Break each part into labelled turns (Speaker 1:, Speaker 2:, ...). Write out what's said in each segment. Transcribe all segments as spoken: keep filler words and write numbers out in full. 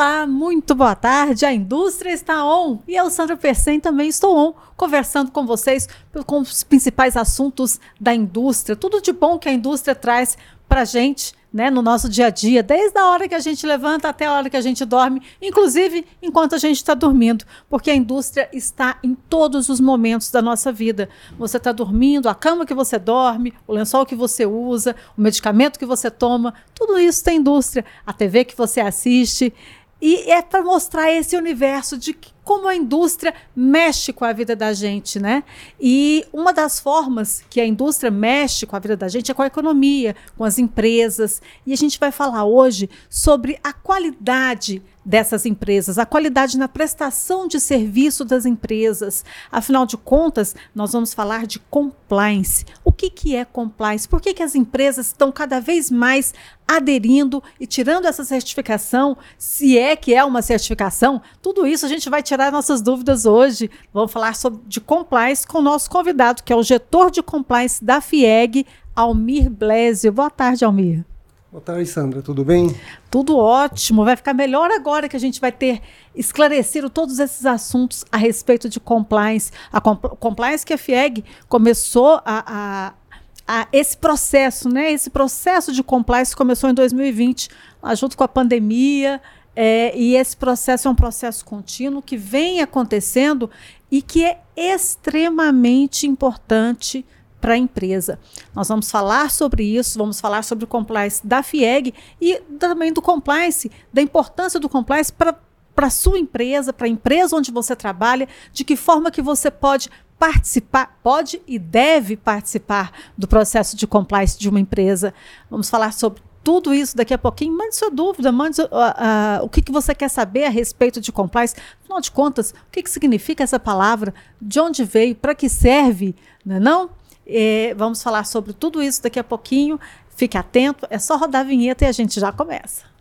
Speaker 1: Olá, muito boa tarde, a indústria está on e eu, Sandra Persen, também estou on, conversando com vocês com os principais assuntos da indústria, tudo de bom que a indústria traz para a gente, né, no nosso dia a dia, desde a hora que a gente levanta até a hora que a gente dorme, inclusive enquanto a gente está dormindo, porque a indústria está em todos os momentos da nossa vida. Você está dormindo, a cama que você dorme, o lençol que você usa, o medicamento que você toma, tudo isso tem indústria, a T V que você assiste, e é para mostrar esse universo de que, como a indústria mexe com a vida da gente, né? E uma das formas que a indústria mexe com a vida da gente é com a economia, com as empresas. E a gente vai falar hoje sobre a qualidade dessas empresas, a qualidade na prestação de serviço das empresas. Afinal de contas, nós vamos falar de compliance. O que, que é compliance? Por que, que as empresas estão cada vez mais aderindo e tirando essa certificação, se é que é uma certificação? Tudo isso a gente vai tirar nossas dúvidas hoje. Vamos falar sobre, de compliance com o nosso convidado, que é o gestor de compliance da FIEG, Almir Blesio. Boa tarde, Almir.
Speaker 2: Boa tarde, Sandra. Tudo bem?
Speaker 1: Tudo ótimo. Vai ficar melhor agora que a gente vai ter esclarecido todos esses assuntos a respeito de compliance. A compl- compliance que a FIEG começou a... a Ah, esse processo, né? Esse processo de compliance começou em dois mil e vinte, junto com a pandemia, é, e esse processo é um processo contínuo que vem acontecendo e que é extremamente importante para a empresa. Nós vamos falar sobre isso, vamos falar sobre o compliance da FIEG e também do compliance, da importância do compliance para para a sua empresa, para a empresa onde você trabalha, de que forma que você pode participar, pode e deve participar do processo de compliance de uma empresa. Vamos falar sobre tudo isso daqui a pouquinho. Mande sua dúvida, mande uh, uh, o que, que você quer saber a respeito de compliance. Afinal de contas, o que, que significa essa palavra, de onde veio, para que serve, não é não? É, vamos falar sobre tudo isso daqui a pouquinho. Fique atento, é só rodar a vinheta e a gente já começa.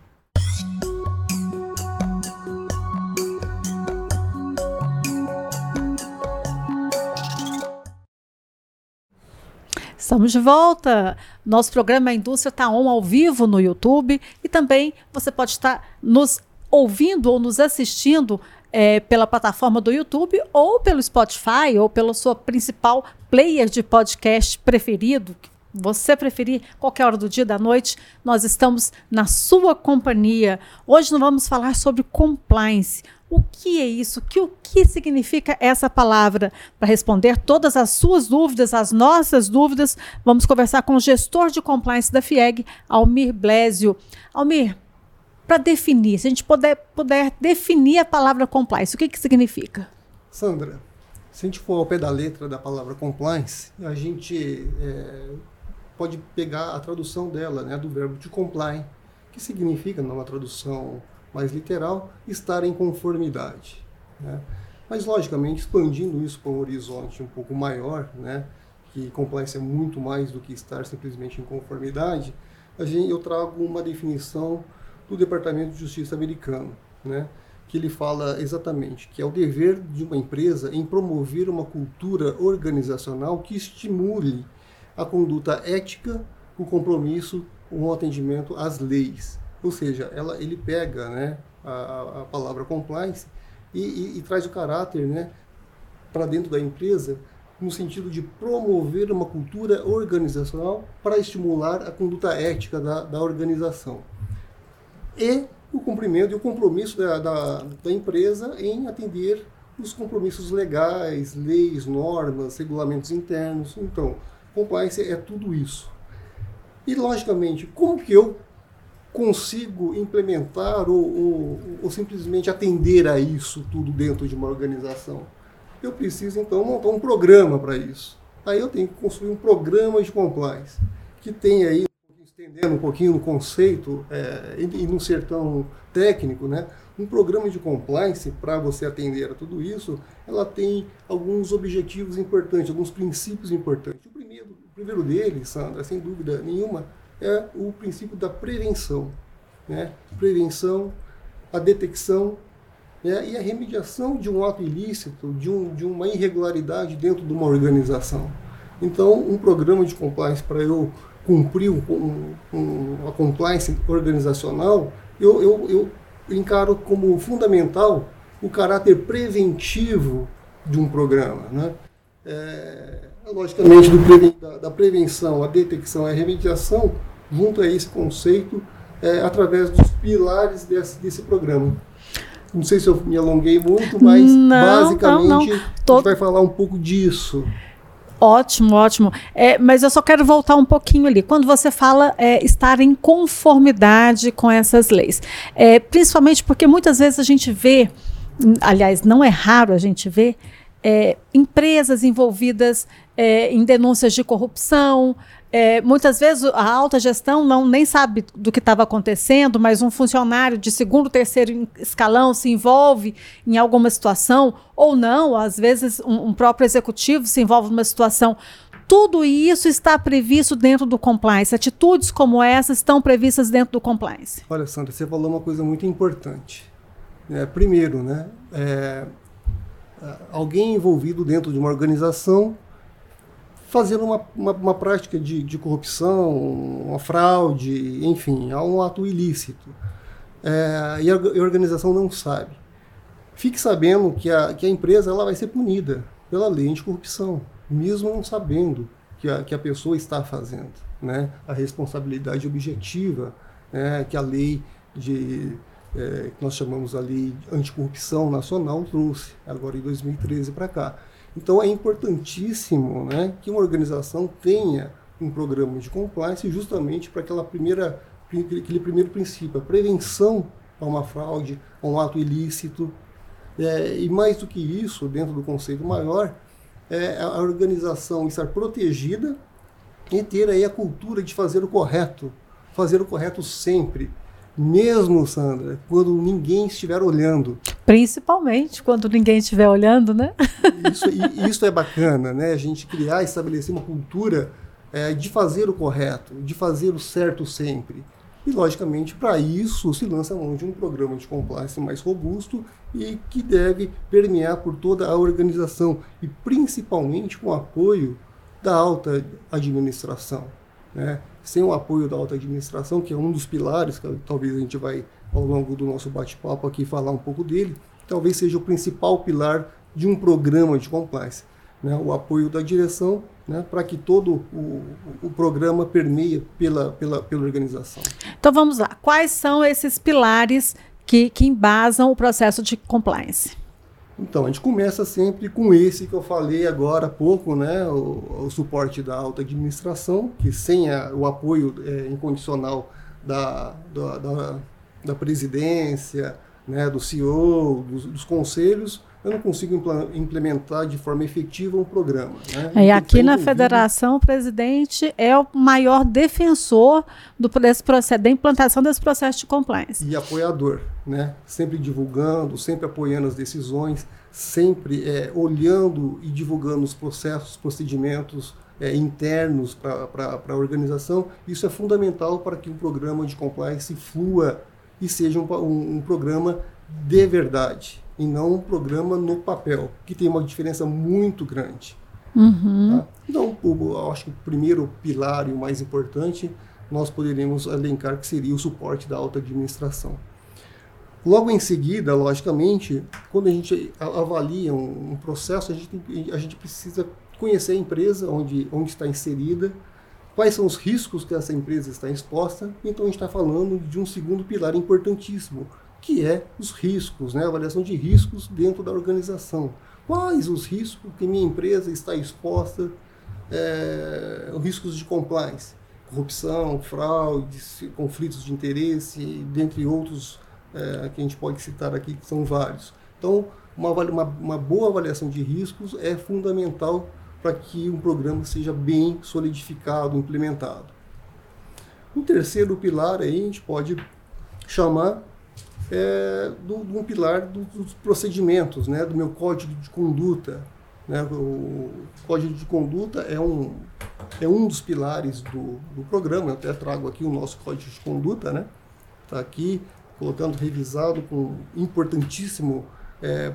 Speaker 1: Estamos de volta. Nosso programa A Indústria está on ao vivo no YouTube e também você pode estar nos ouvindo ou nos assistindo é, pela plataforma do YouTube ou pelo Spotify ou pelo seu principal player de podcast preferido. Você preferir, qualquer hora do dia, da noite, nós estamos na sua companhia. Hoje nós vamos falar sobre compliance. O que é isso? Que, o que significa essa palavra? Para responder todas as suas dúvidas, as nossas dúvidas, vamos conversar com o gestor de compliance da FIEG, Almir Blesio. Almir, para definir, se a gente puder, puder definir a palavra compliance, o que, que significa?
Speaker 2: Sandra, se a gente for ao pé da letra da palavra compliance, a gente é, pode pegar a tradução dela, né, do verbo to comply, que significa, numa tradução mais literal, estar em conformidade, né? Mas, logicamente, expandindo isso para um horizonte um pouco maior, né, que compliance é muito mais do que estar simplesmente em conformidade, a gente, eu trago uma definição do Departamento de Justiça americano, né, que ele fala exatamente que é o dever de uma empresa em promover uma cultura organizacional que estimule a conduta ética, o compromisso, o atendimento às leis. Ou seja, ela, ele pega, né, a, a palavra compliance e, e, e traz o caráter, né, para dentro da empresa, no sentido de promover uma cultura organizacional para estimular a conduta ética da, da organização. E o cumprimento e o compromisso da, da, da empresa em atender os compromissos legais, leis, normas, regulamentos internos. Então, compliance é tudo isso. E, logicamente, como que eu consigo implementar ou, ou, ou simplesmente atender a isso tudo dentro de uma organização? Eu preciso, então, montar um programa para isso. Aí eu tenho que construir um programa de compliance, que tem aí, estendendo um pouquinho no conceito, é, e, e não ser tão técnico, né? Um programa de compliance, para você atender a tudo isso, ela tem alguns objetivos importantes, alguns princípios importantes. O primeiro, o primeiro deles, Sandra, sem dúvida nenhuma, é o princípio da prevenção, né? Prevenção, a detecção, né, e a remediação de um ato ilícito, de, um, de uma irregularidade dentro de uma organização. Então, um programa de compliance para eu cumprir um, um, um, a compliance organizacional, eu, eu, eu encaro como fundamental o caráter preventivo de um programa, né? É, logicamente, do preven- da, da prevenção, a detecção e a remediação, junto a esse conceito, é, através dos pilares desse, desse programa. Não sei se eu me alonguei muito, mas
Speaker 1: não,
Speaker 2: basicamente
Speaker 1: não, não. Tô...
Speaker 2: a gente vai falar um pouco disso.
Speaker 1: Ótimo, ótimo. É, mas eu só quero voltar um pouquinho ali. Quando você fala é, estar em conformidade com essas leis, é, principalmente porque muitas vezes a gente vê, aliás, não é raro a gente ver, é, empresas envolvidas é, em denúncias de corrupção. É, muitas vezes a alta gestão não, nem sabe do que estava acontecendo, mas um funcionário de segundo, terceiro escalão se envolve em alguma situação, ou não, às vezes um, um próprio executivo se envolve numa situação. Tudo isso está previsto dentro do compliance. Atitudes como essa estão previstas dentro do compliance.
Speaker 2: Olha, Sandra, você falou uma coisa muito importante. É, primeiro, né, é, alguém envolvido dentro de uma organização fazendo uma, uma, uma prática de, de corrupção, uma fraude, enfim, há um ato ilícito. É, e a, a organização não sabe. Fique sabendo que a, que a empresa ela vai ser punida pela lei anticorrupção, mesmo não sabendo que a, que a pessoa está fazendo, né? A responsabilidade objetiva, né, que a lei de, é, que nós chamamos a lei anticorrupção nacional trouxe, agora em dois mil e treze para cá. Então é importantíssimo, né, que uma organização tenha um programa de compliance justamente para aquela primeira, aquele primeiro princípio, a prevenção a uma fraude, a um ato ilícito. É, e mais do que isso, dentro do conceito maior, é a organização estar protegida e ter aí a cultura de fazer o correto, fazer o correto sempre. Mesmo, Sandra, quando ninguém estiver olhando.
Speaker 1: Principalmente quando ninguém estiver olhando, né?
Speaker 2: Isso, isso é bacana, né? A gente criar e estabelecer uma cultura é, de fazer o correto, de fazer o certo sempre. E, logicamente, para isso se lança a mão de um programa de compliance mais robusto e que deve permear por toda a organização e principalmente com o apoio da alta administração, né? Sem o apoio da alta administração, que é um dos pilares, que talvez a gente vai, ao longo do nosso bate-papo aqui, falar um pouco dele, talvez seja o principal pilar de um programa de compliance, né? O apoio da direção, né? Para que todo o, o programa permeie pela, pela, pela organização.
Speaker 1: Então vamos lá. Quais são esses pilares que, que embasam o processo de compliance?
Speaker 2: Então, a gente começa sempre com esse que eu falei agora há pouco, né? O, o suporte da alta administração, que sem a, o apoio é, incondicional da, da, da, da presidência, né? Do C E O, dos, dos conselhos, eu não consigo implementar de forma efetiva um programa, né?
Speaker 1: E aqui na federação, o presidente é o maior defensor do, desse processo, da implantação desse processo de compliance.
Speaker 2: E apoiador, né? Sempre divulgando, sempre apoiando as decisões, sempre é, olhando e divulgando os processos, procedimentos é, internos para a organização. Isso é fundamental para que um programa de compliance flua e seja um, um, um programa de verdade, e não um programa no papel, que tem uma diferença muito grande.
Speaker 1: Uhum.
Speaker 2: Tá? Então, eu acho que o primeiro pilar e o mais importante, nós poderíamos elencar que seria o suporte da alta administração. Logo em seguida, logicamente, quando a gente avalia um, um processo, a gente, tem, a gente precisa conhecer a empresa, onde, onde está inserida, quais são os riscos que essa empresa está exposta. Então, a gente está falando de um segundo pilar importantíssimo, que é os riscos, né? A avaliação de riscos dentro da organização. Quais os riscos que minha empresa está exposta, é, riscos de compliance, corrupção, fraudes, conflitos de interesse, dentre outros é, que a gente pode citar aqui, que são vários. Então, uma, uma, uma boa avaliação de riscos é fundamental para que um programa seja bem solidificado, implementado. Um terceiro pilar aí a gente pode chamar É, do, do um pilar do, dos procedimentos, né, do meu código de conduta, né? O código de conduta é um, é um dos pilares do, do programa. Eu até trago aqui o nosso código de conduta, né? Está aqui, colocando revisado com importantíssimo é,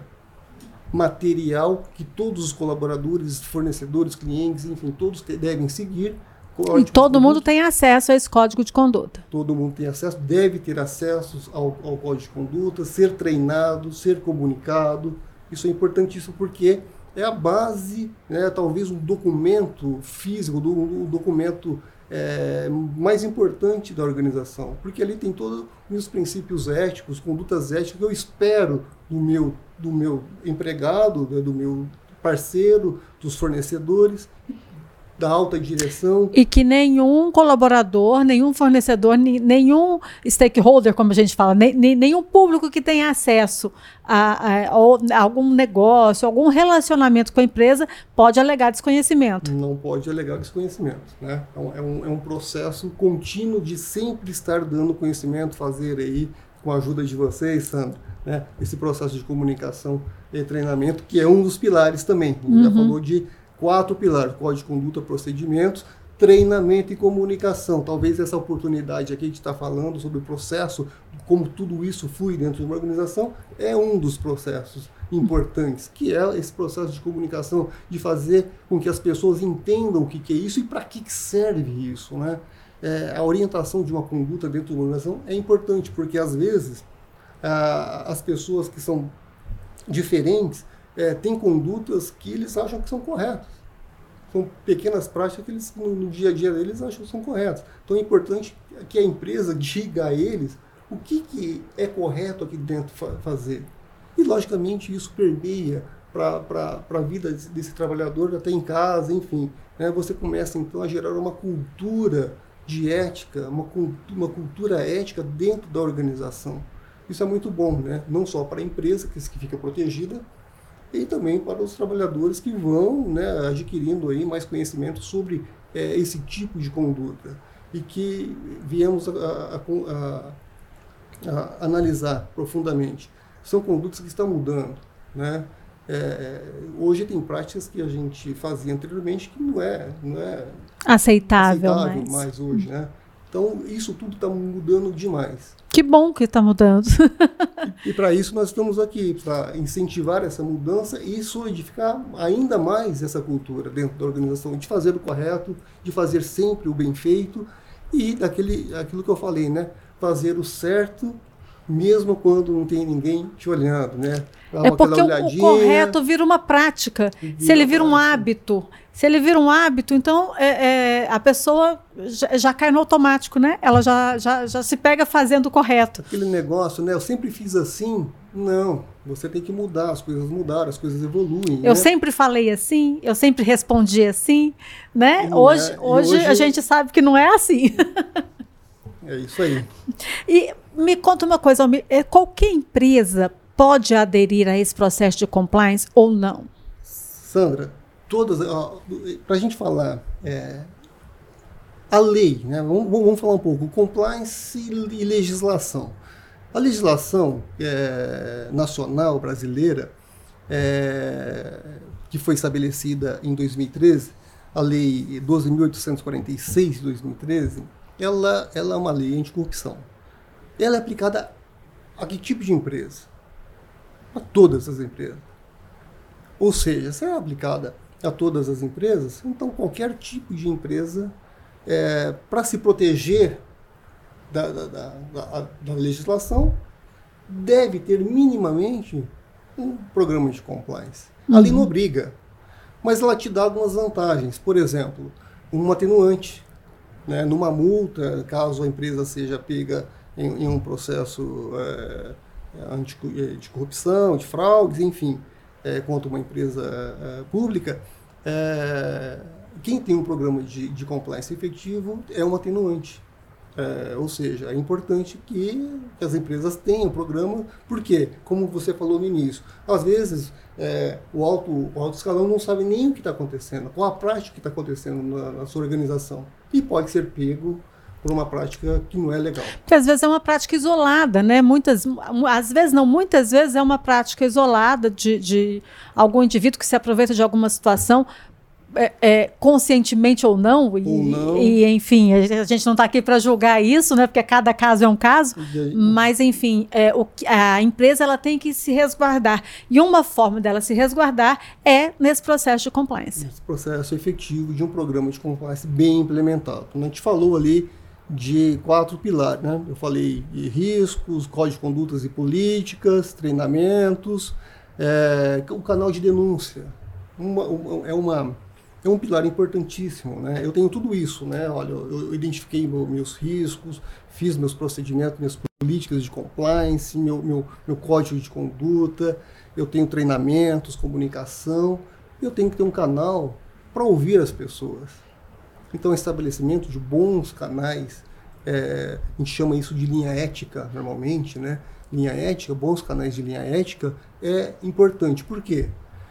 Speaker 2: material que todos os colaboradores, fornecedores, clientes, enfim, todos devem seguir,
Speaker 1: E todo mundo tem acesso a esse código de conduta.
Speaker 2: Todo mundo tem acesso, deve ter acesso ao, ao código de conduta, ser treinado, ser comunicado. Isso é importantíssimo porque é a base, né, talvez um documento físico, um documento é, mais importante da organização. Porque ali tem todos os princípios éticos, condutas éticas que eu espero do meu, do meu empregado, né, do meu parceiro, dos fornecedores, da alta direção.
Speaker 1: E que nenhum colaborador, nenhum fornecedor, nenhum stakeholder, como a gente fala, nem, nenhum público que tenha acesso a, a, a algum negócio, algum relacionamento com a empresa, pode alegar desconhecimento.
Speaker 2: Não pode alegar desconhecimento, né? É um, é um processo contínuo de sempre estar dando conhecimento, fazer aí, com a ajuda de vocês, Sandra, né, esse processo de comunicação e treinamento, que é um dos pilares também. A gente uhum. já falou de quatro pilares: código de conduta, procedimentos, treinamento e comunicação. Talvez essa oportunidade aqui de estar falando sobre o processo, como tudo isso flui dentro de uma organização, é um dos processos importantes, que é esse processo de comunicação, de fazer com que as pessoas entendam o que, que é isso e para que, que serve isso, né? É, a orientação de uma conduta dentro de uma organização é importante, porque às vezes a, as pessoas que são diferentes É, tem condutas que eles acham que são corretas. São pequenas práticas que eles, no, no dia a dia deles, acham que são corretas. Então é importante que a empresa diga a eles o que, que é correto aqui dentro fa- fazer. E, logicamente, isso permeia para a vida desse, desse trabalhador, até em casa, enfim. Né? Você começa, então, a gerar uma cultura de ética, uma, uma cultura ética dentro da organização. Isso é muito bom, né? Não só para a empresa, que, que fica protegida, e também para os trabalhadores que vão, né, adquirindo aí mais conhecimento sobre é, esse tipo de conduta e que viemos a, a, a, a analisar profundamente. São condutas que estão mudando, né? É, hoje tem práticas que a gente fazia anteriormente que não é, não é
Speaker 1: aceitável,
Speaker 2: aceitável
Speaker 1: mais.
Speaker 2: mais hoje, né? Então, isso tudo está mudando demais.
Speaker 1: Que bom que está mudando.
Speaker 2: E, e para isso nós estamos aqui, para incentivar essa mudança e solidificar ainda mais essa cultura dentro da organização, de fazer o correto, de fazer sempre o bem feito e daquele, aquilo que eu falei, né? Fazer o certo mesmo quando não tem ninguém te olhando, né?
Speaker 1: É porque o, o correto vira uma prática. Vira se ele vira um hábito, se ele vira um hábito, então é, é, a pessoa já, já cai no automático, né? Ela já, já, já se pega fazendo o correto.
Speaker 2: Aquele negócio, né? Eu sempre fiz assim. Não, você tem que mudar, as coisas mudaram, as coisas evoluem.
Speaker 1: Eu
Speaker 2: né?
Speaker 1: sempre falei assim, eu sempre respondi assim, né? Hoje,
Speaker 2: é,
Speaker 1: hoje, hoje a gente sabe que não é assim.
Speaker 2: É isso aí.
Speaker 1: E me conta uma coisa, qualquer empresa pode aderir a esse processo de compliance ou não?
Speaker 2: Sandra, todas, para a gente falar, é, a lei, né? Vamos, vamos falar um pouco, compliance e legislação. A legislação é, nacional brasileira, é, que foi estabelecida em dois mil e treze, a Lei doze mil oitocentos e quarenta e seis de dois mil e treze, ela, ela é uma lei anticorrupção. Ela é aplicada a que tipo de empresa? A todas as empresas. Ou seja, se é aplicada a todas as empresas, então qualquer tipo de empresa, é, para se proteger da, da, da, da, da legislação, deve ter minimamente um programa de compliance. Uhum. A lei não obriga, mas ela te dá algumas vantagens. Por exemplo, um atenuante, né, numa multa, caso a empresa seja pega em, em um processo é, de corrupção, de fraudes, enfim, é, contra uma empresa é, pública, é, quem tem um programa de, de compliance efetivo é um atenuante. É, ou seja, é importante que, que as empresas tenham programa, porque, como você falou no início, às vezes é, o, alto, o alto escalão não sabe nem o que está acontecendo, qual a prática que está acontecendo na, na sua organização, e pode ser pego por uma prática que não é legal.
Speaker 1: Porque às vezes é uma prática isolada, né? Muitas, às vezes não, muitas vezes é uma prática isolada de, de algum indivíduo que se aproveita de alguma situação é, é, conscientemente ou não, e,
Speaker 2: ou não.
Speaker 1: e enfim, a gente não está aqui para julgar isso, né, porque cada caso é um caso, mas enfim, é, o, a empresa ela tem que se resguardar, e uma forma dela se resguardar é nesse processo de compliance.
Speaker 2: Esse processo efetivo de um programa de compliance bem implementado. A gente falou ali de quatro pilares, né? Eu falei de riscos, código de condutas e políticas, treinamentos, é, o canal de denúncia. Uma, uma, é, uma, é um pilar importantíssimo, né? Eu tenho tudo isso, né? Olha, eu, eu identifiquei meu, meus riscos, fiz meus procedimentos, minhas políticas de compliance, meu, meu, meu código de conduta, eu tenho treinamentos, comunicação, eu tenho que ter um canal para ouvir as pessoas. Então, o estabelecimento de bons canais, é, a gente chama isso de linha ética normalmente, né? Linha ética, bons canais de linha ética é importante. Por quê?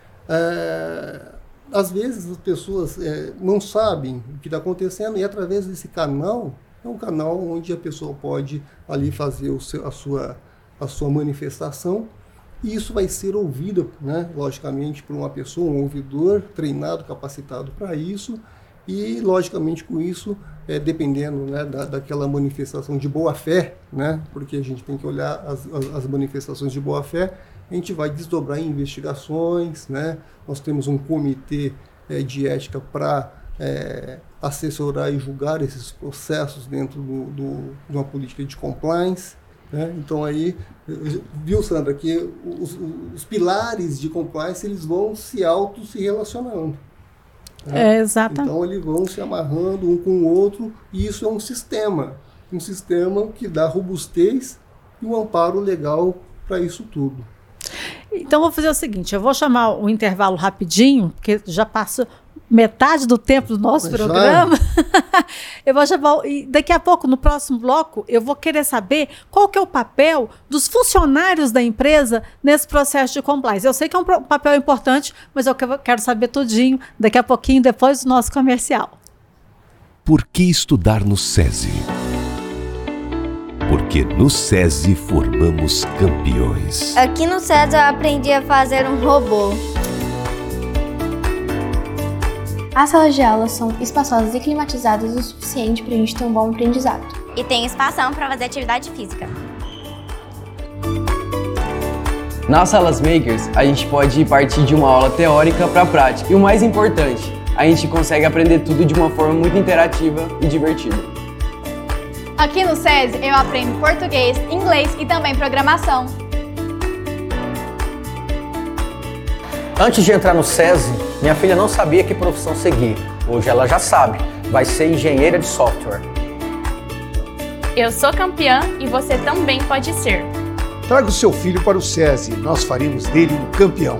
Speaker 2: É, às vezes as pessoas é, não sabem o que está acontecendo e através desse canal, é um canal onde a pessoa pode ali fazer o seu, a, sua, a sua manifestação e isso vai ser ouvido, né? Logicamente, por uma pessoa, um ouvidor treinado, capacitado para isso. E, logicamente, com isso, é, dependendo, né, da, daquela manifestação de boa-fé, né, porque a gente tem que olhar as, as, as manifestações de boa-fé, a gente vai desdobrar em investigações, né, nós temos um comitê é, de ética para é, assessorar e julgar esses processos dentro do, do, de uma política de compliance. Né? Então, aí, viu, Sandra, que os, os pilares de compliance eles vão se auto se relacionando.
Speaker 1: É, exatamente.
Speaker 2: Então eles vão se amarrando um com o outro e isso é um sistema, um sistema que dá robustez e um amparo legal para isso tudo.
Speaker 1: Então vou fazer o seguinte, eu vou chamar o intervalo rapidinho, porque já passou metade do tempo do nosso
Speaker 2: Mas
Speaker 1: programa. Eu vou chamar, e daqui a pouco, no próximo bloco, eu vou querer saber qual que é o papel dos funcionários da empresa nesse processo de compliance. Eu sei que é um papel importante, mas eu quero saber tudinho daqui a pouquinho, depois do nosso comercial.
Speaker 3: Por que estudar no SESI? Porque no SESI formamos campeões.
Speaker 4: Aqui no SESI eu aprendi a fazer um robô.
Speaker 5: As salas de aula são espaçosas e climatizadas o suficiente para a gente ter um bom aprendizado.
Speaker 6: E tem espação para fazer atividade física.
Speaker 7: Nas salas Makers, a gente pode partir de uma aula teórica para a prática. E o mais importante, a gente consegue aprender tudo de uma forma muito interativa e divertida.
Speaker 8: Aqui no SESI eu aprendo português, inglês e também programação.
Speaker 9: Antes de entrar no SESI, minha filha não sabia que profissão seguir. Hoje ela já sabe, vai ser engenheira de software.
Speaker 10: Eu sou campeã e você também pode ser.
Speaker 11: Traga o seu filho para o SESI, nós faremos dele um campeão.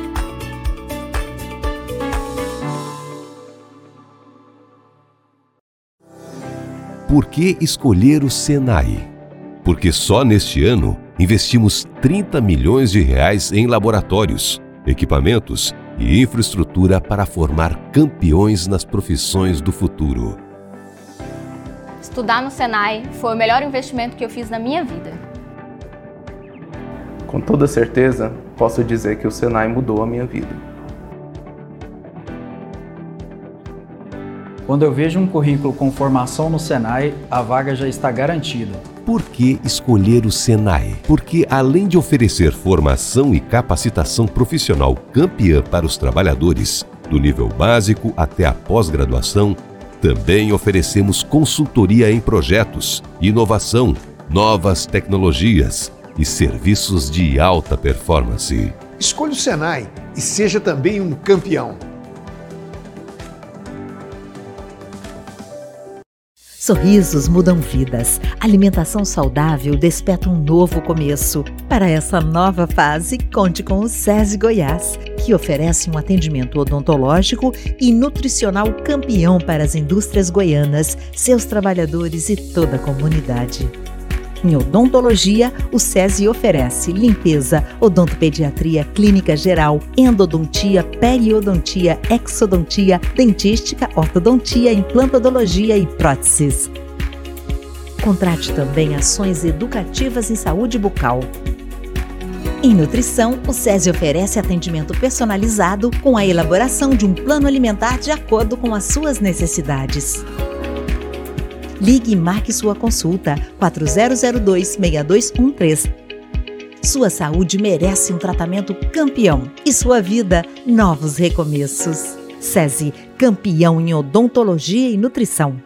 Speaker 3: Por que escolher o Senai? Porque só neste ano investimos trinta milhões de reais em laboratórios, equipamentos e infraestrutura para formar campeões nas profissões do futuro.
Speaker 10: Estudar no Senai foi o melhor investimento que eu fiz na minha vida.
Speaker 12: Com toda certeza, posso dizer que o Senai mudou a minha vida.
Speaker 13: Quando eu vejo um currículo com formação no Senai, a vaga já está garantida.
Speaker 3: Por que escolher o Senai? Porque, além de oferecer formação e capacitação profissional campeã para os trabalhadores, do nível básico até a pós-graduação, também oferecemos consultoria em projetos, inovação, novas tecnologias e serviços de alta performance.
Speaker 11: Escolha o Senai e seja também um campeão.
Speaker 14: Sorrisos mudam vidas. Alimentação saudável desperta um novo começo. Para essa nova fase, conte com o SESI Goiás, que oferece um atendimento odontológico e nutricional campeão para as indústrias goianas, seus trabalhadores e toda a comunidade. Em odontologia, o SESI oferece limpeza, odontopediatria clínica geral, endodontia, periodontia, exodontia, dentística, ortodontia, implantodologia e próteses. Contrate também ações educativas em saúde bucal. Em nutrição, o SESI oferece atendimento personalizado com a elaboração de um plano alimentar de acordo com as suas necessidades. Ligue e marque sua consulta quatro zero zero dois, seis dois um três. Sua saúde merece um tratamento campeão e sua vida, novos recomeços. SESI, campeão em odontologia e nutrição.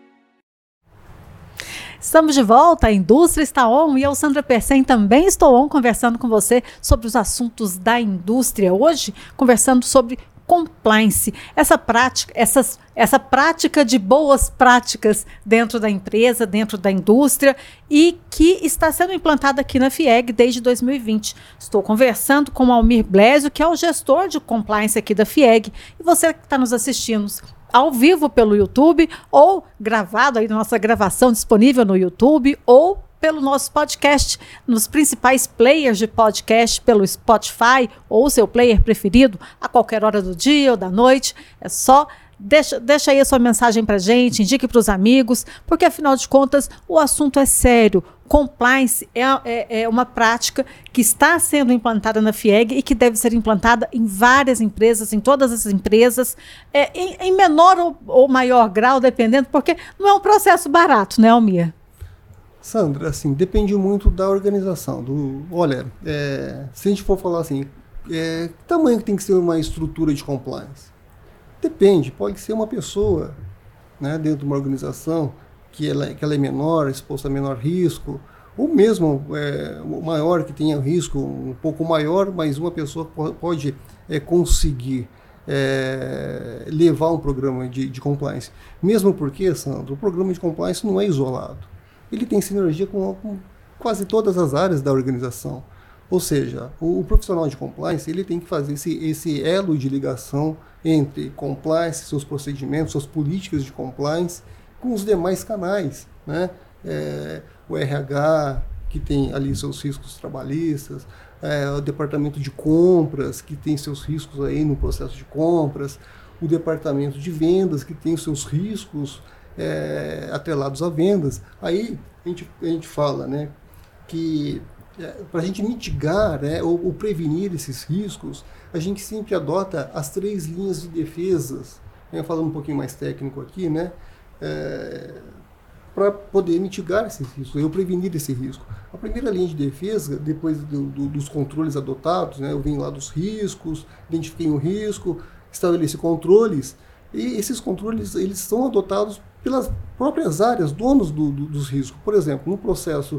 Speaker 1: Estamos de volta, a Indústria está on e eu, Sandra Persen, também estou on conversando com você sobre os assuntos da indústria. Hoje, conversando sobre compliance, essa prática, essas, essa prática de boas práticas dentro da empresa, dentro da indústria e que está sendo implantada aqui na FIEG desde dois mil e vinte. Estou conversando com o Almir Blésio, que é o gestor de compliance aqui da FIEG, e você que está nos assistindo ao vivo pelo YouTube ou gravado aí na nossa gravação disponível no YouTube ou pelo nosso podcast, nos principais players de podcast, pelo Spotify ou seu player preferido, a qualquer hora do dia ou da noite. É só Deixa, deixa aí a sua mensagem para a gente, indique para os amigos, porque afinal de contas o assunto é sério. Compliance é, é, é uma prática que está sendo implantada na FIEG e que deve ser implantada em várias empresas, em todas as empresas, é, em, em menor ou, ou maior grau, dependendo, porque não é um processo barato, né, Almir?
Speaker 2: Sandra, assim, depende muito da organização. Do, olha, é, se a gente for falar assim, é, que tamanho que tem que ser uma estrutura de compliance? Depende, pode ser uma pessoa, né, dentro de uma organização que ela, que ela é menor, exposta a menor risco, ou mesmo é, maior, que tenha risco um pouco maior, mas uma pessoa pode é, conseguir é, levar um programa de, de compliance. Mesmo porque, Sandro, o programa de compliance não é isolado. Ele tem sinergia com, com quase todas as áreas da organização. Ou seja, o, o profissional de compliance ele tem que fazer esse, esse elo de ligação entre compliance, seus procedimentos, suas políticas de compliance, com os demais canais, né? É, o R H, que tem ali seus riscos trabalhistas, é, o departamento de compras, que tem seus riscos aí no processo de compras, o departamento de vendas, que tem seus riscos é, atrelados a vendas. Aí a gente, a gente fala, né, que é, para a gente mitigar, né, ou, ou prevenir esses riscos, a gente sempre adota as três linhas de defesas, né, falando um pouquinho mais técnico aqui, né, é, para poder mitigar esse risco, ou prevenir esse risco. A primeira linha de defesa, depois do, do, dos controles adotados, né, eu venho lá dos riscos, identifiquei o risco, estabeleci controles, e esses controles eles são adotados pelas próprias áreas, donos do, do, dos riscos. Por exemplo, no processo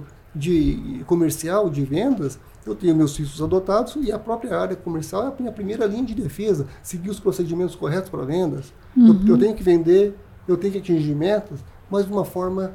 Speaker 2: de comercial, de vendas, eu tenho meus riscos adotados e a própria área comercial é a minha primeira linha de defesa, seguir os procedimentos corretos para vendas. Uhum. Eu, eu tenho que vender, eu tenho que atingir metas, mas de uma forma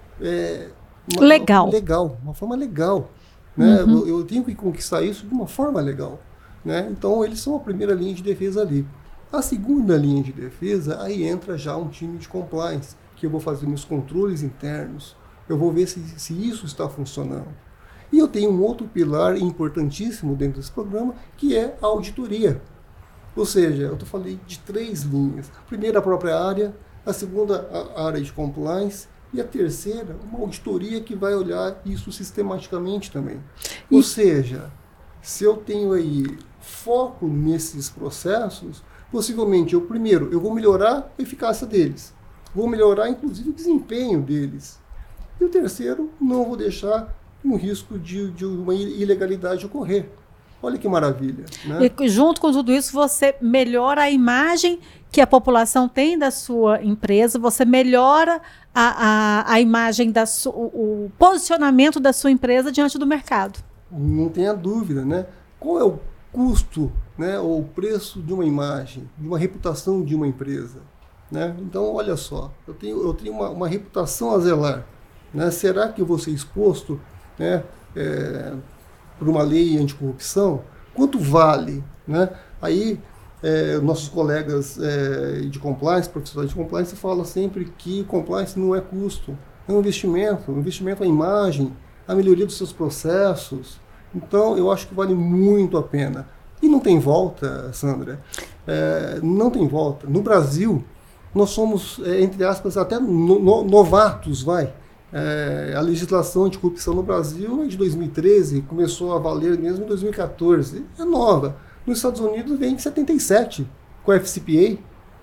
Speaker 2: é, uma,
Speaker 1: legal.
Speaker 2: legal, uma forma legal. Né?
Speaker 1: Uhum.
Speaker 2: Eu, eu tenho que conquistar isso de uma forma legal. Né? Então, eles são a primeira linha de defesa ali. A segunda linha de defesa, aí entra já um time de compliance, que eu vou fazer meus controles internos, eu vou ver se, se isso está funcionando. E eu tenho um outro pilar importantíssimo dentro desse programa, que é a auditoria. Ou seja, eu tô falei de três linhas. A primeira, a própria área, a segunda, a área de compliance, e a terceira, uma auditoria que vai olhar isso sistematicamente também. E... Ou seja, se eu tenho aí foco nesses processos, possivelmente, eu primeiro, eu vou melhorar a eficácia deles. Vou melhorar, inclusive, o desempenho deles. E o terceiro, não vou deixar um risco de, de uma ilegalidade ocorrer. Olha que maravilha. Né?
Speaker 1: E junto com tudo isso, você melhora a imagem que a população tem da sua empresa, você melhora a, a, a imagem, da su, o, o posicionamento da sua empresa diante do mercado.
Speaker 2: Não tenha dúvida, né? Qual é o custo, né, ou o preço de uma imagem, de uma reputação de uma empresa? Né? Então, olha só, eu tenho, eu tenho uma, uma reputação a zelar. Né? Será que eu vou ser exposto, né, é, por uma lei anticorrupção? Quanto vale? Né? Aí, é, nossos colegas é, de compliance, profissionais de compliance, falam sempre que compliance não é custo, é um investimento, um investimento à imagem, à melhoria dos seus processos. Então, eu acho que vale muito a pena. E não tem volta, Sandra, é, não tem volta. No Brasil, nós somos, é, entre aspas, até no, no, novatos, vai, É, a legislação anticorrupção no Brasil é de dois mil e treze, começou a valer mesmo em dois mil e quatorze. É nova. Nos Estados Unidos vem em setenta e sete, com a F C P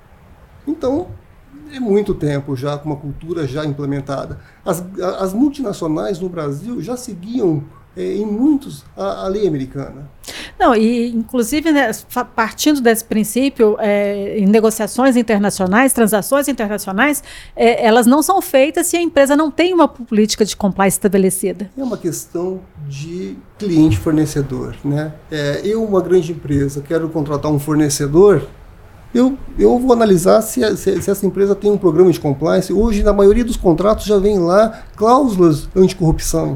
Speaker 2: A. Então, é muito tempo já, com uma cultura já implementada. As, as multinacionais no Brasil já seguiam, é, em muitos, a, a lei americana.
Speaker 1: Não, e inclusive, né, partindo desse princípio, é, em negociações internacionais, transações internacionais, é, elas não são feitas se a empresa não tem uma política de compliance estabelecida.
Speaker 2: É uma questão de cliente-fornecedor, né? É, eu, uma grande empresa, quero contratar um fornecedor, eu, eu vou analisar se, se, se essa empresa tem um programa de compliance. Hoje, na maioria dos contratos, já vem lá cláusulas anticorrupção.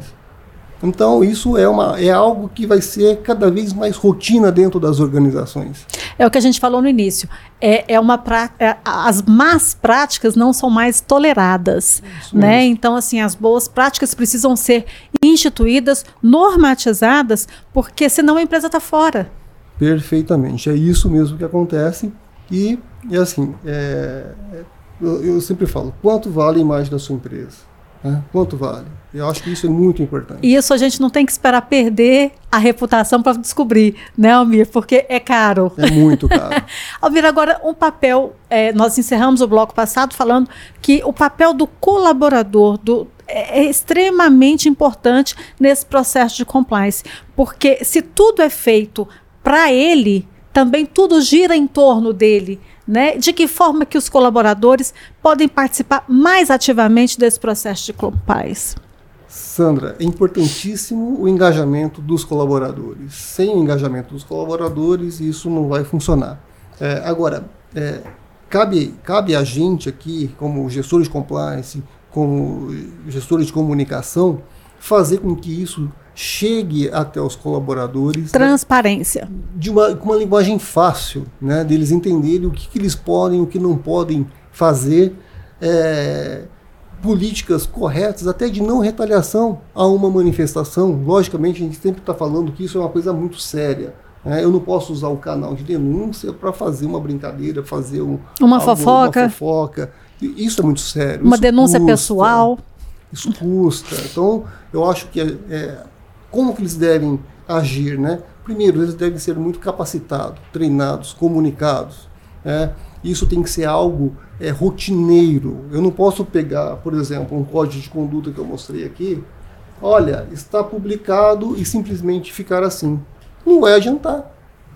Speaker 2: Então, isso é, uma, é algo que vai ser cada vez mais rotina dentro das organizações.
Speaker 1: É o que a gente falou no início. É, é uma pra, é, as más práticas não são mais toleradas. Né? Então, assim, as boas práticas precisam ser instituídas, normatizadas, porque senão a empresa está fora.
Speaker 2: Perfeitamente. É isso mesmo que acontece. E, e assim, é, eu, eu sempre falo, quanto vale a imagem da sua empresa? É, quanto vale? Eu acho que isso é muito importante.
Speaker 1: E isso a gente não tem que esperar perder a reputação para descobrir, né, Almir? Porque é caro.
Speaker 2: É muito caro.
Speaker 1: Almir, agora um papel, é, nós encerramos o bloco passado falando que o papel do colaborador do, é, é extremamente importante nesse processo de compliance. Porque se tudo é feito para ele, também tudo gira em torno dele. Né? De que forma que os colaboradores podem participar mais ativamente desse processo de compliance?
Speaker 2: Sandra, é importantíssimo o engajamento dos colaboradores. Sem o engajamento dos colaboradores, isso não vai funcionar. É, agora, é, cabe, cabe a gente aqui, como gestores de compliance, como gestores de comunicação, fazer com que isso chegue até os colaboradores.
Speaker 1: Transparência.
Speaker 2: Né, de uma, uma linguagem fácil, né, deles entenderem o que, que eles podem, o que não podem fazer, é, políticas corretas, até de não retaliação a uma manifestação. Logicamente, a gente sempre está falando que isso é uma coisa muito séria. Né, eu não posso usar o canal de denúncia para fazer uma brincadeira, fazer um,
Speaker 1: uma,
Speaker 2: algo,
Speaker 1: fofoca.
Speaker 2: uma fofoca. Isso é muito sério.
Speaker 1: Uma
Speaker 2: isso
Speaker 1: denúncia
Speaker 2: custa,
Speaker 1: pessoal.
Speaker 2: Isso custa. Então, eu acho que é, é, como que eles devem agir, né? Primeiro, eles devem ser muito capacitados, treinados, comunicados. Né? Isso tem que ser algo é, rotineiro. Eu não posso pegar, por exemplo, um código de conduta que eu mostrei aqui. Olha, está publicado e simplesmente ficar assim. Não vai adiantar.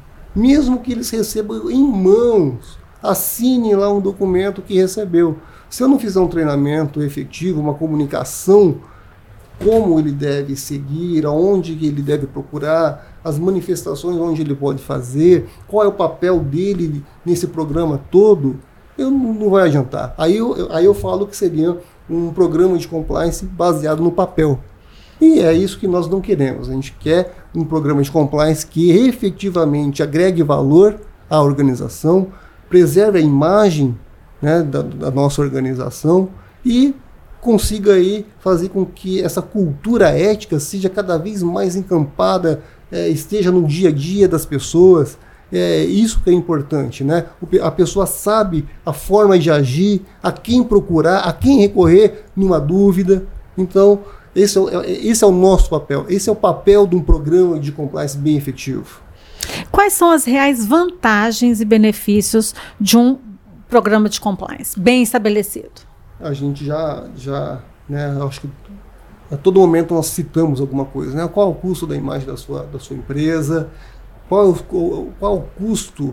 Speaker 2: Mesmo que eles recebam em mãos, assine lá um documento que recebeu. Se eu não fizer um treinamento efetivo, uma comunicação, como ele deve seguir, aonde ele deve procurar, as manifestações onde ele pode fazer, qual é o papel dele nesse programa todo, eu não, não vai adiantar. Aí eu, aí eu falo que seria um programa de compliance baseado no papel. E é isso que nós não queremos. A gente quer um programa de compliance que efetivamente agregue valor à organização, preserve a imagem, né, da, da nossa organização e consiga aí fazer com que essa cultura ética seja cada vez mais encampada, é, esteja no dia a dia das pessoas. É isso que é importante, né? A pessoa sabe a forma de agir, a quem procurar, a quem recorrer numa dúvida. Então, esse é, esse é o nosso papel. Esse é o papel de um programa de compliance bem efetivo.
Speaker 1: Quais são as reais vantagens e benefícios de um programa de compliance bem estabelecido?
Speaker 2: A gente já, já né, acho que a todo momento nós citamos alguma coisa, né? Qual é o custo da imagem da sua, da sua empresa? Qual, qual, qual o custo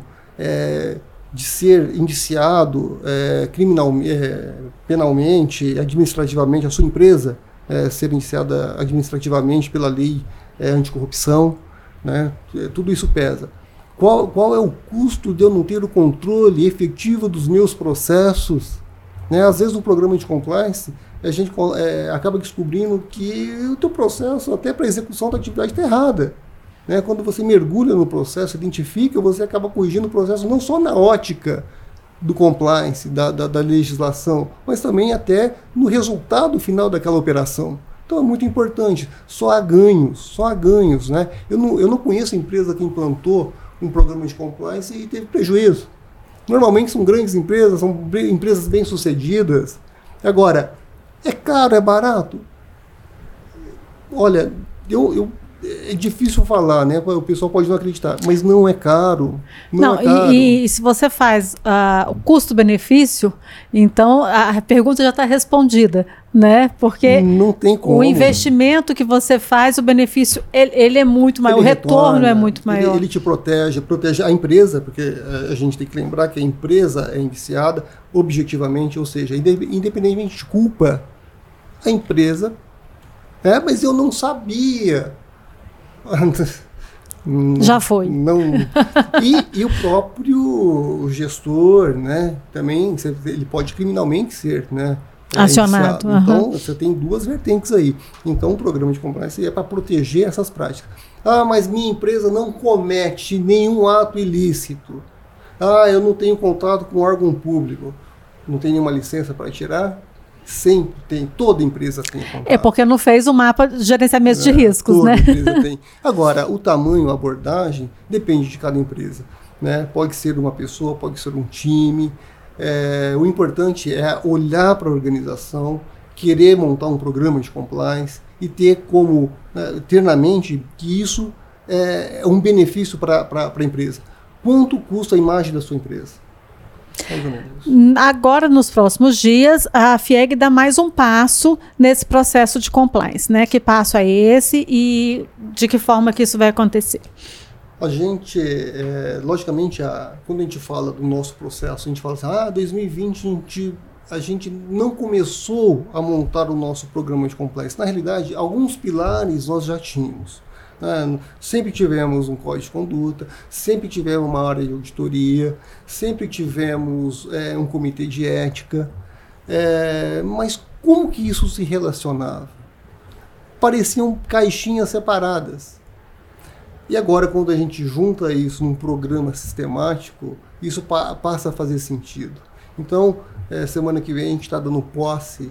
Speaker 2: é, de ser indiciado é, criminal, é, penalmente, administrativamente, a sua empresa é, ser indiciada administrativamente pela lei é, anticorrupção, né? Tudo isso pesa. Qual, qual é o custo de eu não ter o controle efetivo dos meus processos? Né? Às vezes no programa de compliance a gente é, acaba descobrindo que o teu processo até para execução da atividade está errada. Né? Quando você mergulha no processo, identifica, você acaba corrigindo o processo não só na ótica do compliance, da, da, da legislação, mas também até no resultado final daquela operação. Então é muito importante. Só há ganhos, só há ganhos. Né? Eu, não, eu não conheço empresa que implantou um programa de compliance e teve prejuízo. Normalmente são grandes empresas, são empresas bem-sucedidas. Agora, É caro, é barato? Olha, eu, eu, é difícil falar, né? O pessoal pode não acreditar, mas não é caro. Não,
Speaker 1: não
Speaker 2: é caro.
Speaker 1: E, e se você faz uh, o custo-benefício, então a pergunta já está respondida, né? Porque
Speaker 2: não tem como.
Speaker 1: O investimento que você faz, o benefício, ele, ele é muito maior, ele o retorno retorna, é muito maior.
Speaker 2: Ele, ele te protege, protege a empresa, porque a gente tem que lembrar que a empresa é indiciada objetivamente, ou seja, independentemente de culpa, a empresa, é, mas eu não sabia.
Speaker 1: Já foi.
Speaker 2: Não, e, e o próprio gestor, né, também, ele pode criminalmente ser, né, é,
Speaker 1: acionado. Uhum.
Speaker 2: Então, você tem duas vertentes aí. Então, o programa de compliance é para proteger essas práticas. Ah, mas minha empresa não comete nenhum ato ilícito. Ah, eu não tenho contato com órgão público. Não tem nenhuma licença para tirar? Sempre tem, toda empresa tem contato.
Speaker 1: É porque não fez o mapa de gerenciamento
Speaker 2: é,
Speaker 1: de riscos,
Speaker 2: toda
Speaker 1: né?
Speaker 2: Empresa tem. Agora, o tamanho, a abordagem, depende de cada empresa, né? Pode ser uma pessoa, pode ser um time. É, o importante é olhar para a organização, querer montar um programa de compliance e ter como né, ter na mente que isso é um benefício para a empresa. Quanto custa a imagem da sua empresa?
Speaker 1: Agora, nos próximos dias, a FIEG dá mais um passo nesse processo de compliance, né? Que passo é esse e de que forma que isso vai acontecer?
Speaker 2: A gente, é, logicamente, a, quando a gente fala do nosso processo, a gente fala assim, ah, dois mil e vinte a gente, a gente não começou a montar o nosso programa de compliance. Na realidade, alguns pilares nós já tínhamos. Né? Sempre tivemos um código de conduta, sempre tivemos uma área de auditoria, sempre tivemos é, um comitê de ética, é, mas como que isso se relacionava? Pareciam caixinhas separadas. E agora, quando a gente junta isso num programa sistemático, isso pa passa a fazer sentido. Então, é, semana que vem a gente está dando posse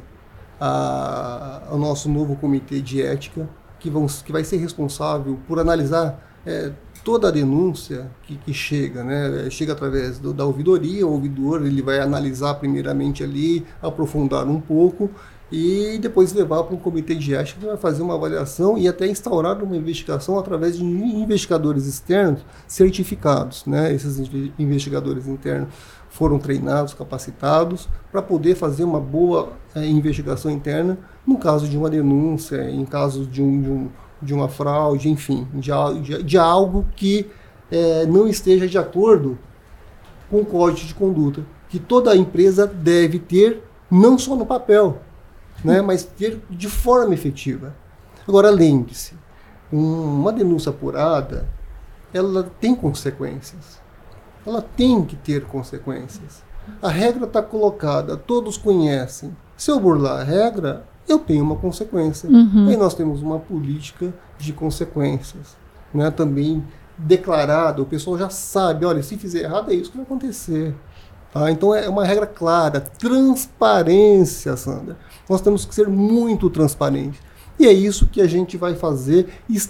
Speaker 2: a, ao nosso novo comitê de ética, que, vão, que vai ser responsável por analisar é, toda a denúncia que, que chega, né? Chega através do, da ouvidoria, o ouvidor ele vai analisar primeiramente ali, aprofundar um pouco e depois levar para um comitê de ética que vai fazer uma avaliação e até instaurar uma investigação através de investigadores externos certificados, né? Esses investigadores internos foram treinados, capacitados para poder fazer uma boa é, investigação interna no caso de uma denúncia, em caso de, um, de, um, de uma fraude, enfim, de, de, de algo que é, não esteja de acordo com o código de conduta, que toda empresa deve ter, não só no papel, né, mas ter de forma efetiva. Agora, lembre-se, um, uma denúncia apurada, ela tem consequências. Ela tem que ter consequências. A regra está colocada, todos conhecem. Se eu burlar a regra, eu tenho uma consequência. Uhum. Aí nós temos uma política de consequências, né, também declarada. O pessoal já sabe, olha, se fizer errado é isso que vai acontecer. Tá? Então é uma regra clara, transparência, Sandra. Nós temos que ser muito transparentes. E é isso que a gente vai fazer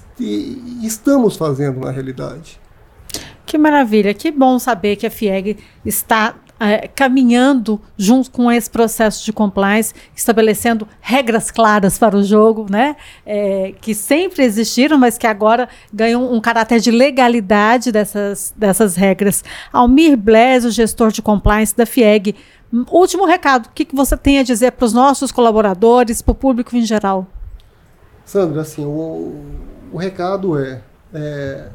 Speaker 2: e estamos fazendo na realidade.
Speaker 1: Que maravilha, que bom saber que a FIEG está é, caminhando junto com esse processo de compliance, estabelecendo regras claras para o jogo, né? É, que sempre existiram, mas que agora ganham um caráter de legalidade dessas, dessas regras. Almir Blésio, gestor de compliance da FIEG, último recado, o que, que você tem a dizer para os nossos colaboradores, para o público em geral?
Speaker 2: Sandra, assim, o, o recado é, é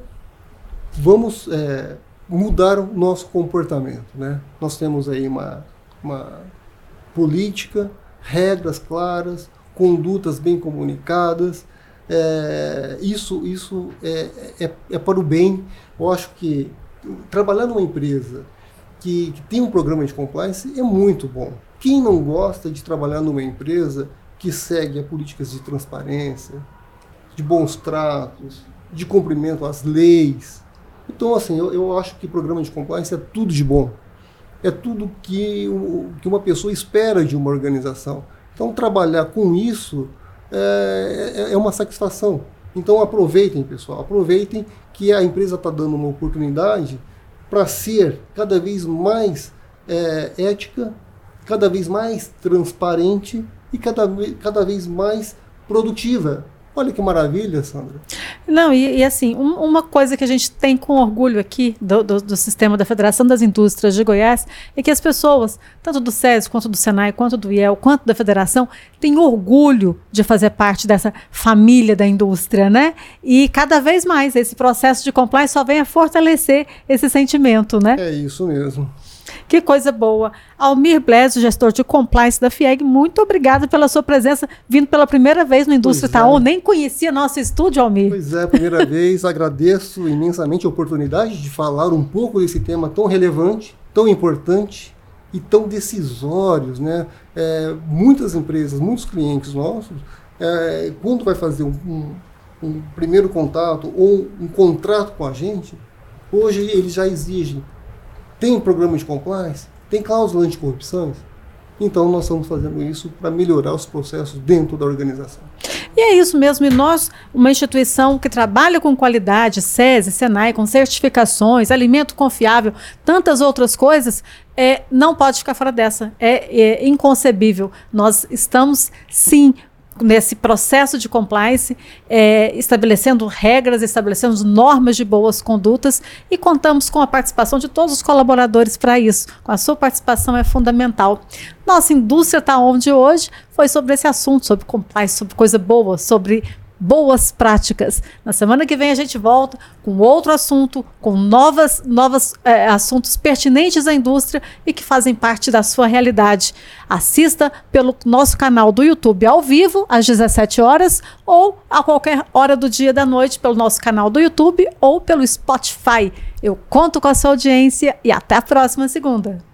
Speaker 2: vamos é, mudar o nosso comportamento, né? Nós temos aí uma, uma política, regras claras, condutas bem comunicadas. É, isso isso é, é, é para o bem. Eu acho que trabalhar numa empresa que, que tem um programa de compliance é muito bom. Quem não gosta de trabalhar numa empresa que segue políticas de transparência, de bons tratos, de cumprimento às leis? Então, assim, eu, eu acho que programa de compliance é tudo de bom. É tudo que, o, que uma pessoa espera de uma organização. Então, trabalhar com isso é, é, é uma satisfação. Então, aproveitem, pessoal. Aproveitem que a empresa está dando uma oportunidade para ser cada vez mais é, ética, cada vez mais transparente e cada, cada vez mais produtiva. Olha que maravilha, Sandra.
Speaker 1: Não, e, e assim, um, uma coisa que a gente tem com orgulho aqui do, do, do sistema da Federação das Indústrias de Goiás é que as pessoas, tanto do SESI, quanto do SENAI, quanto do I E L, quanto da Federação, têm orgulho de fazer parte dessa família da indústria, né? E cada vez mais esse processo de compliance só vem a fortalecer esse sentimento, né?
Speaker 2: É isso mesmo.
Speaker 1: Que coisa boa. Almir Blésio, gestor de compliance da FIEG, muito obrigada pela sua presença, vindo pela primeira vez no Indústria Taon. É. Nem conhecia nosso estúdio, Almir.
Speaker 2: Pois é, primeira vez. Agradeço imensamente a oportunidade de falar um pouco desse tema tão relevante, tão importante e tão decisórios, né? É, muitas empresas, muitos clientes nossos, é, quando vai fazer um, um, um primeiro contato ou um contrato com a gente, hoje eles já exigem. Tem programa de compliance? Tem cláusula anticorrupção? Então, nós estamos fazendo isso para melhorar os processos dentro da organização.
Speaker 1: E é isso mesmo. E nós, uma instituição que trabalha com qualidade, SESI, SENAI, com certificações, alimento confiável, tantas outras coisas, é, não pode ficar fora dessa. É, é inconcebível. Nós estamos, sim, nesse processo de compliance, é, estabelecendo regras, estabelecendo normas de boas condutas e contamos com a participação de todos os colaboradores para isso. Com a sua participação é fundamental. Nossa Indústria Taon de hoje foi sobre esse assunto, sobre compliance, sobre coisa boa, sobre boas práticas. Na semana que vem a gente volta com outro assunto, com novas, novas é, assuntos pertinentes à indústria e que fazem parte da sua realidade. Assista pelo nosso canal do YouTube ao vivo, às dezessete horas, ou a qualquer hora do dia e da noite pelo nosso canal do YouTube ou pelo Spotify. Eu conto com a sua audiência e até a próxima segunda.